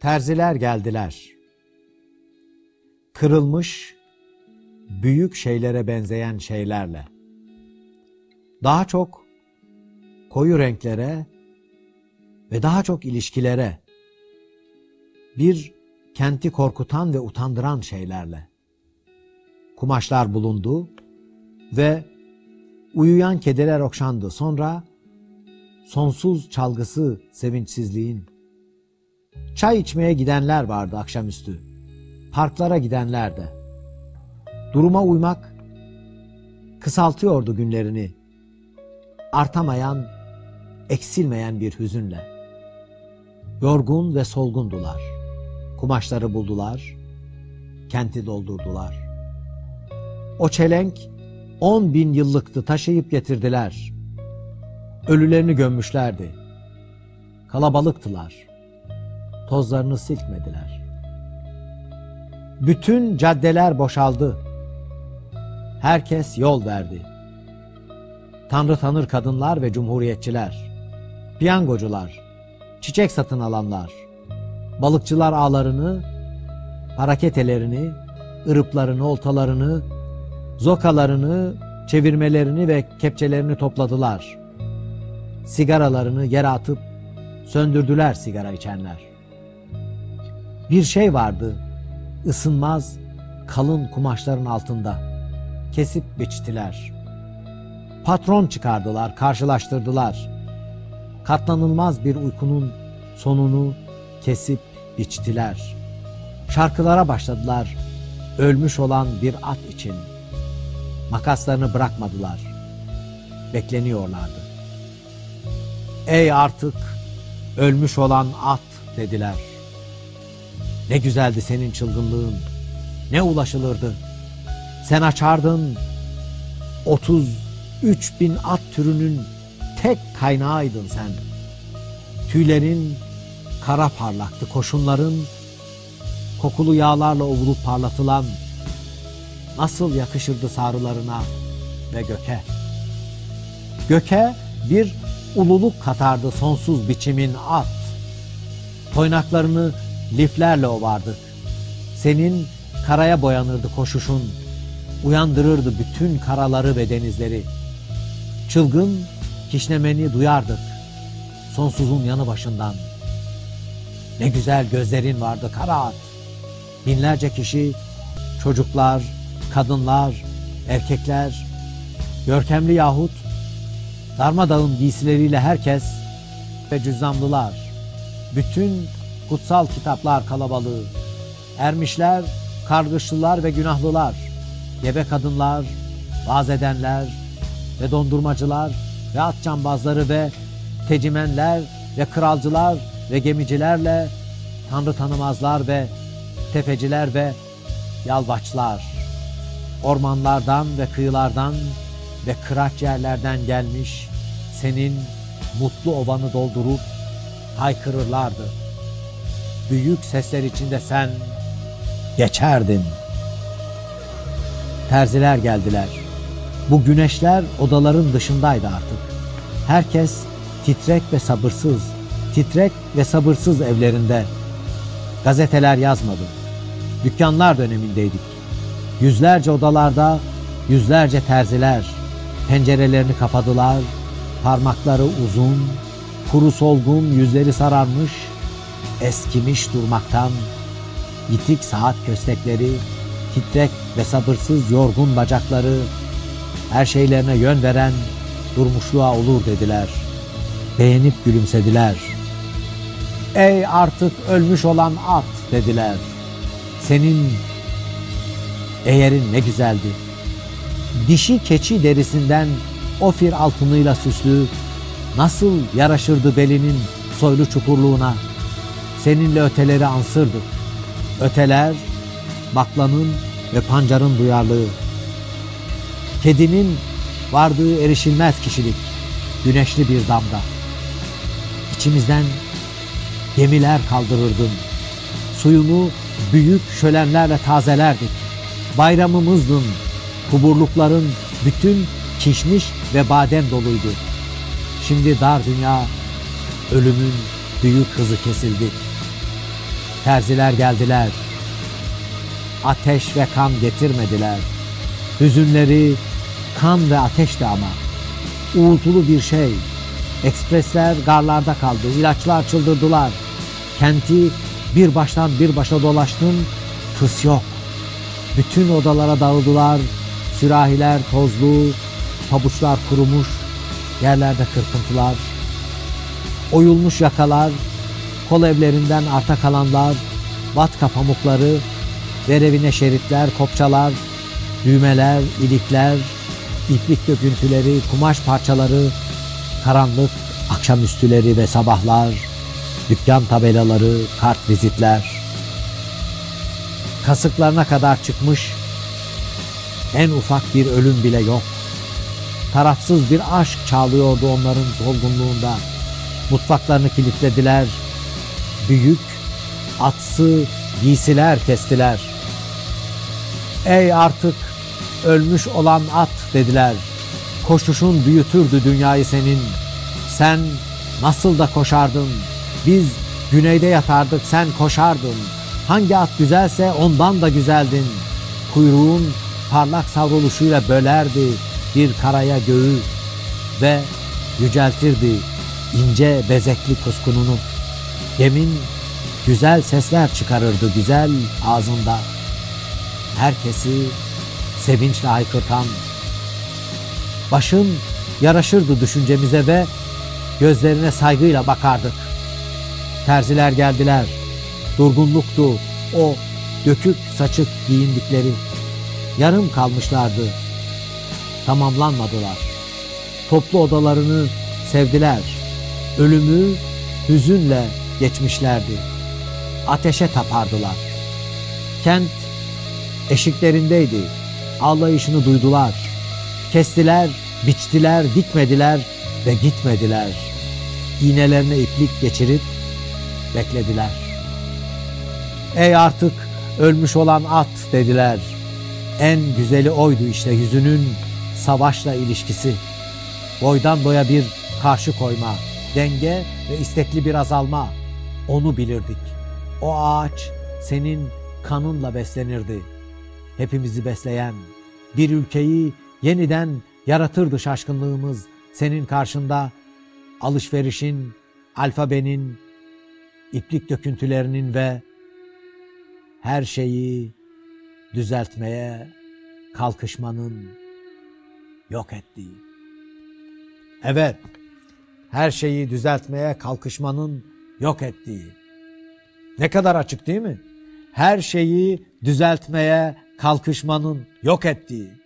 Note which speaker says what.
Speaker 1: Terziler geldiler. Kırılmış, büyük şeylere benzeyen şeylerle. Daha çok koyu renklere ve daha çok ilişkilere, bir kenti korkutan ve utandıran şeylerle. Kumaşlar bulundu ve uyuyan kediler okşandı. Sonra sonsuz çalgısı sevinçsizliğin. Çay içmeye gidenler vardı akşamüstü. Parklara gidenler de. Duruma uymak kısaltıyordu günlerini. Artamayan, eksilmeyen bir hüzünle. Yorgun ve solgundular. Kumaşları buldular, kenti doldurdular. O çelenk 10.000 yıllıktı, taşıyıp getirdiler. Ölülerini gömmüşlerdi. Kalabalıktılar. Tozlarını silkmediler. Bütün caddeler boşaldı. Herkes yol verdi. Tanrı tanır kadınlar ve cumhuriyetçiler, piyangocular, çiçek satın alanlar, balıkçılar ağlarını, hareketelerini, ırıplarını, oltalarını, zokalarını, çevirmelerini ve kepçelerini topladılar. Sigaralarını yere atıp söndürdüler sigara içenler. Bir şey vardı, ısınmaz, kalın kumaşların altında. Kesip biçtiler. Patron çıkardılar, karşılaştırdılar. Katlanılmaz bir uykunun sonunu kesip biçtiler. Şarkılara başladılar, ölmüş olan bir at için. Makaslarını bırakmadılar. Bekleniyorlardı. Ey artık ölmüş olan at dediler. Ne güzeldi senin çılgınlığın, ne ulaşılırdı. Sen açardın, 33.000 at türünün tek kaynağıydın sen. Tüylerin kara parlaktı, koşunların kokulu yağlarla ovulup parlatılan, nasıl yakışırdı sarılarına ve göke. Göke bir ululuk katardı sonsuz biçimin at. Toynaklarını liflerle ovardık. Senin karaya boyanırdı koşuşun, uyandırırdı bütün karaları ve denizleri. Çılgın kişnemeni duyardık sonsuzun yanı başından. Ne güzel gözlerin vardı kara at. Binlerce kişi, çocuklar, kadınlar, erkekler, görkemli yahut darmadağın giysileriyle herkes ve cüzzamlılar, bütün kutsal kitaplar kalabalığı, ermişler, kargışlılar ve günahlılar, gebe kadınlar, vaaz edenler ve dondurmacılar ve at cambazları ve tecimenler ve kralcılar ve gemicilerle tanrı tanımazlar ve tefeciler ve yalvaçlar, ormanlardan ve kıyılardan ve kıraç yerlerden gelmiş senin mutlu ovanı doldurup haykırırlardı. Büyük sesler içinde sen geçerdin. Terziler geldiler. Bu güneşler odaların dışındaydı artık. Herkes titrek ve sabırsız, titrek ve sabırsız evlerinde. Gazeteler yazmadı. Dükkanlar dönemindeydik. Yüzlerce odalarda yüzlerce terziler pencerelerini kapadılar. Parmakları uzun, kuru solgun, yüzleri sararmış, eskimiş durmaktan, yitik saat köstekleri, titrek ve sabırsız yorgun bacakları, her şeylerine yön veren durmuşluğa olur dediler. Beğenip gülümsediler. Ey artık ölmüş olan at dediler. Senin eğerin ne güzeldi. Dişi keçi derisinden ofir altınıyla süslü, nasıl yaraşırdı belinin soylu çukurluğuna. Seninle öteleri ansırdık. Öteler, baklanın ve pancarın duyarlılığı. Kedinin vardığı erişilmez kişilik, güneşli bir damda. İçimizden gemiler kaldırırdın. Suyunu büyük şölenlerle tazelerdik. Bayramımızdın. Kuburlukların bütün kişniş ve badem doluydu. Şimdi dar dünya, ölümün büyük hızı kesildi. Terziler geldiler. Ateş ve kan getirmediler. Hüzünleri kan ve ateşti ama. Uğultulu bir şey. Ekspresler garlarda kaldı. İlaçlar çıldırdılar. Kenti bir baştan bir başa dolaştın. Tıs yok. Bütün odalara dağıldılar. Sürahiler tozlu, pabuçlar kurumuş, yerlerde kırpıntılar, oyulmuş yakalar, kol evlerinden arta kalanlar, vatka pamukları, verevine şeritler, kopçalar, düğmeler, ilikler, iplik döküntüleri, kumaş parçaları, karanlık akşamüstüleri ve sabahlar, dükkan tabelaları, kart vizitler, kasıklarına kadar çıkmış, en ufak bir ölüm bile yok. Tarafsız bir aşk çağlıyordu onların solgunluğunda. Mutfaklarını kilitlediler. Büyük, atsı giysiler kestiler. Ey artık ölmüş olan at dediler. Koşuşun büyütürdü dünyayı senin. Sen nasıl da koşardın. Biz güneyde yatardık, sen koşardın. Hangi at güzelse ondan da güzeldin. Kuyruğun parlak savruluşuyla bölerdi bir karaya göğü ve yüceltirdi ince bezekli kuskununu. Gemin güzel sesler çıkarırdı güzel ağzında. Herkesi sevinçle haykırtan. Başın yaraşırdı düşüncemize ve gözlerine saygıyla bakardık. Terziler geldiler. Durgunluktu o dökük saçık giyindikleri. Yarım kalmışlardı. Tamamlanmadılar. Toplu odalarını sevdiler. Ölümü hüzünle geçmişlerdi. Ateşe tapardılar. Kent eşiklerindeydi. Ağlayışını duydular. Kestiler, biçtiler, dikmediler ve gitmediler. İğnelerine iplik geçirip beklediler. Ey artık ölmüş olan at dediler. En güzeli oydu işte yüzünün savaşla ilişkisi. Boydan boya bir karşı koyma, denge ve istekli bir azalma. Onu bilirdik. O ağaç senin kanınla beslenirdi. Hepimizi besleyen bir ülkeyi yeniden yaratırdı şaşkınlığımız. Senin karşında alışverişin, alfabenin, iplik döküntülerinin ve her şeyi düzeltmeye kalkışmanın yok ettiği. Evet, her şeyi düzeltmeye kalkışmanın yok ettiği. Ne kadar açık değil mi? Her şeyi düzeltmeye kalkışmanın yok ettiği.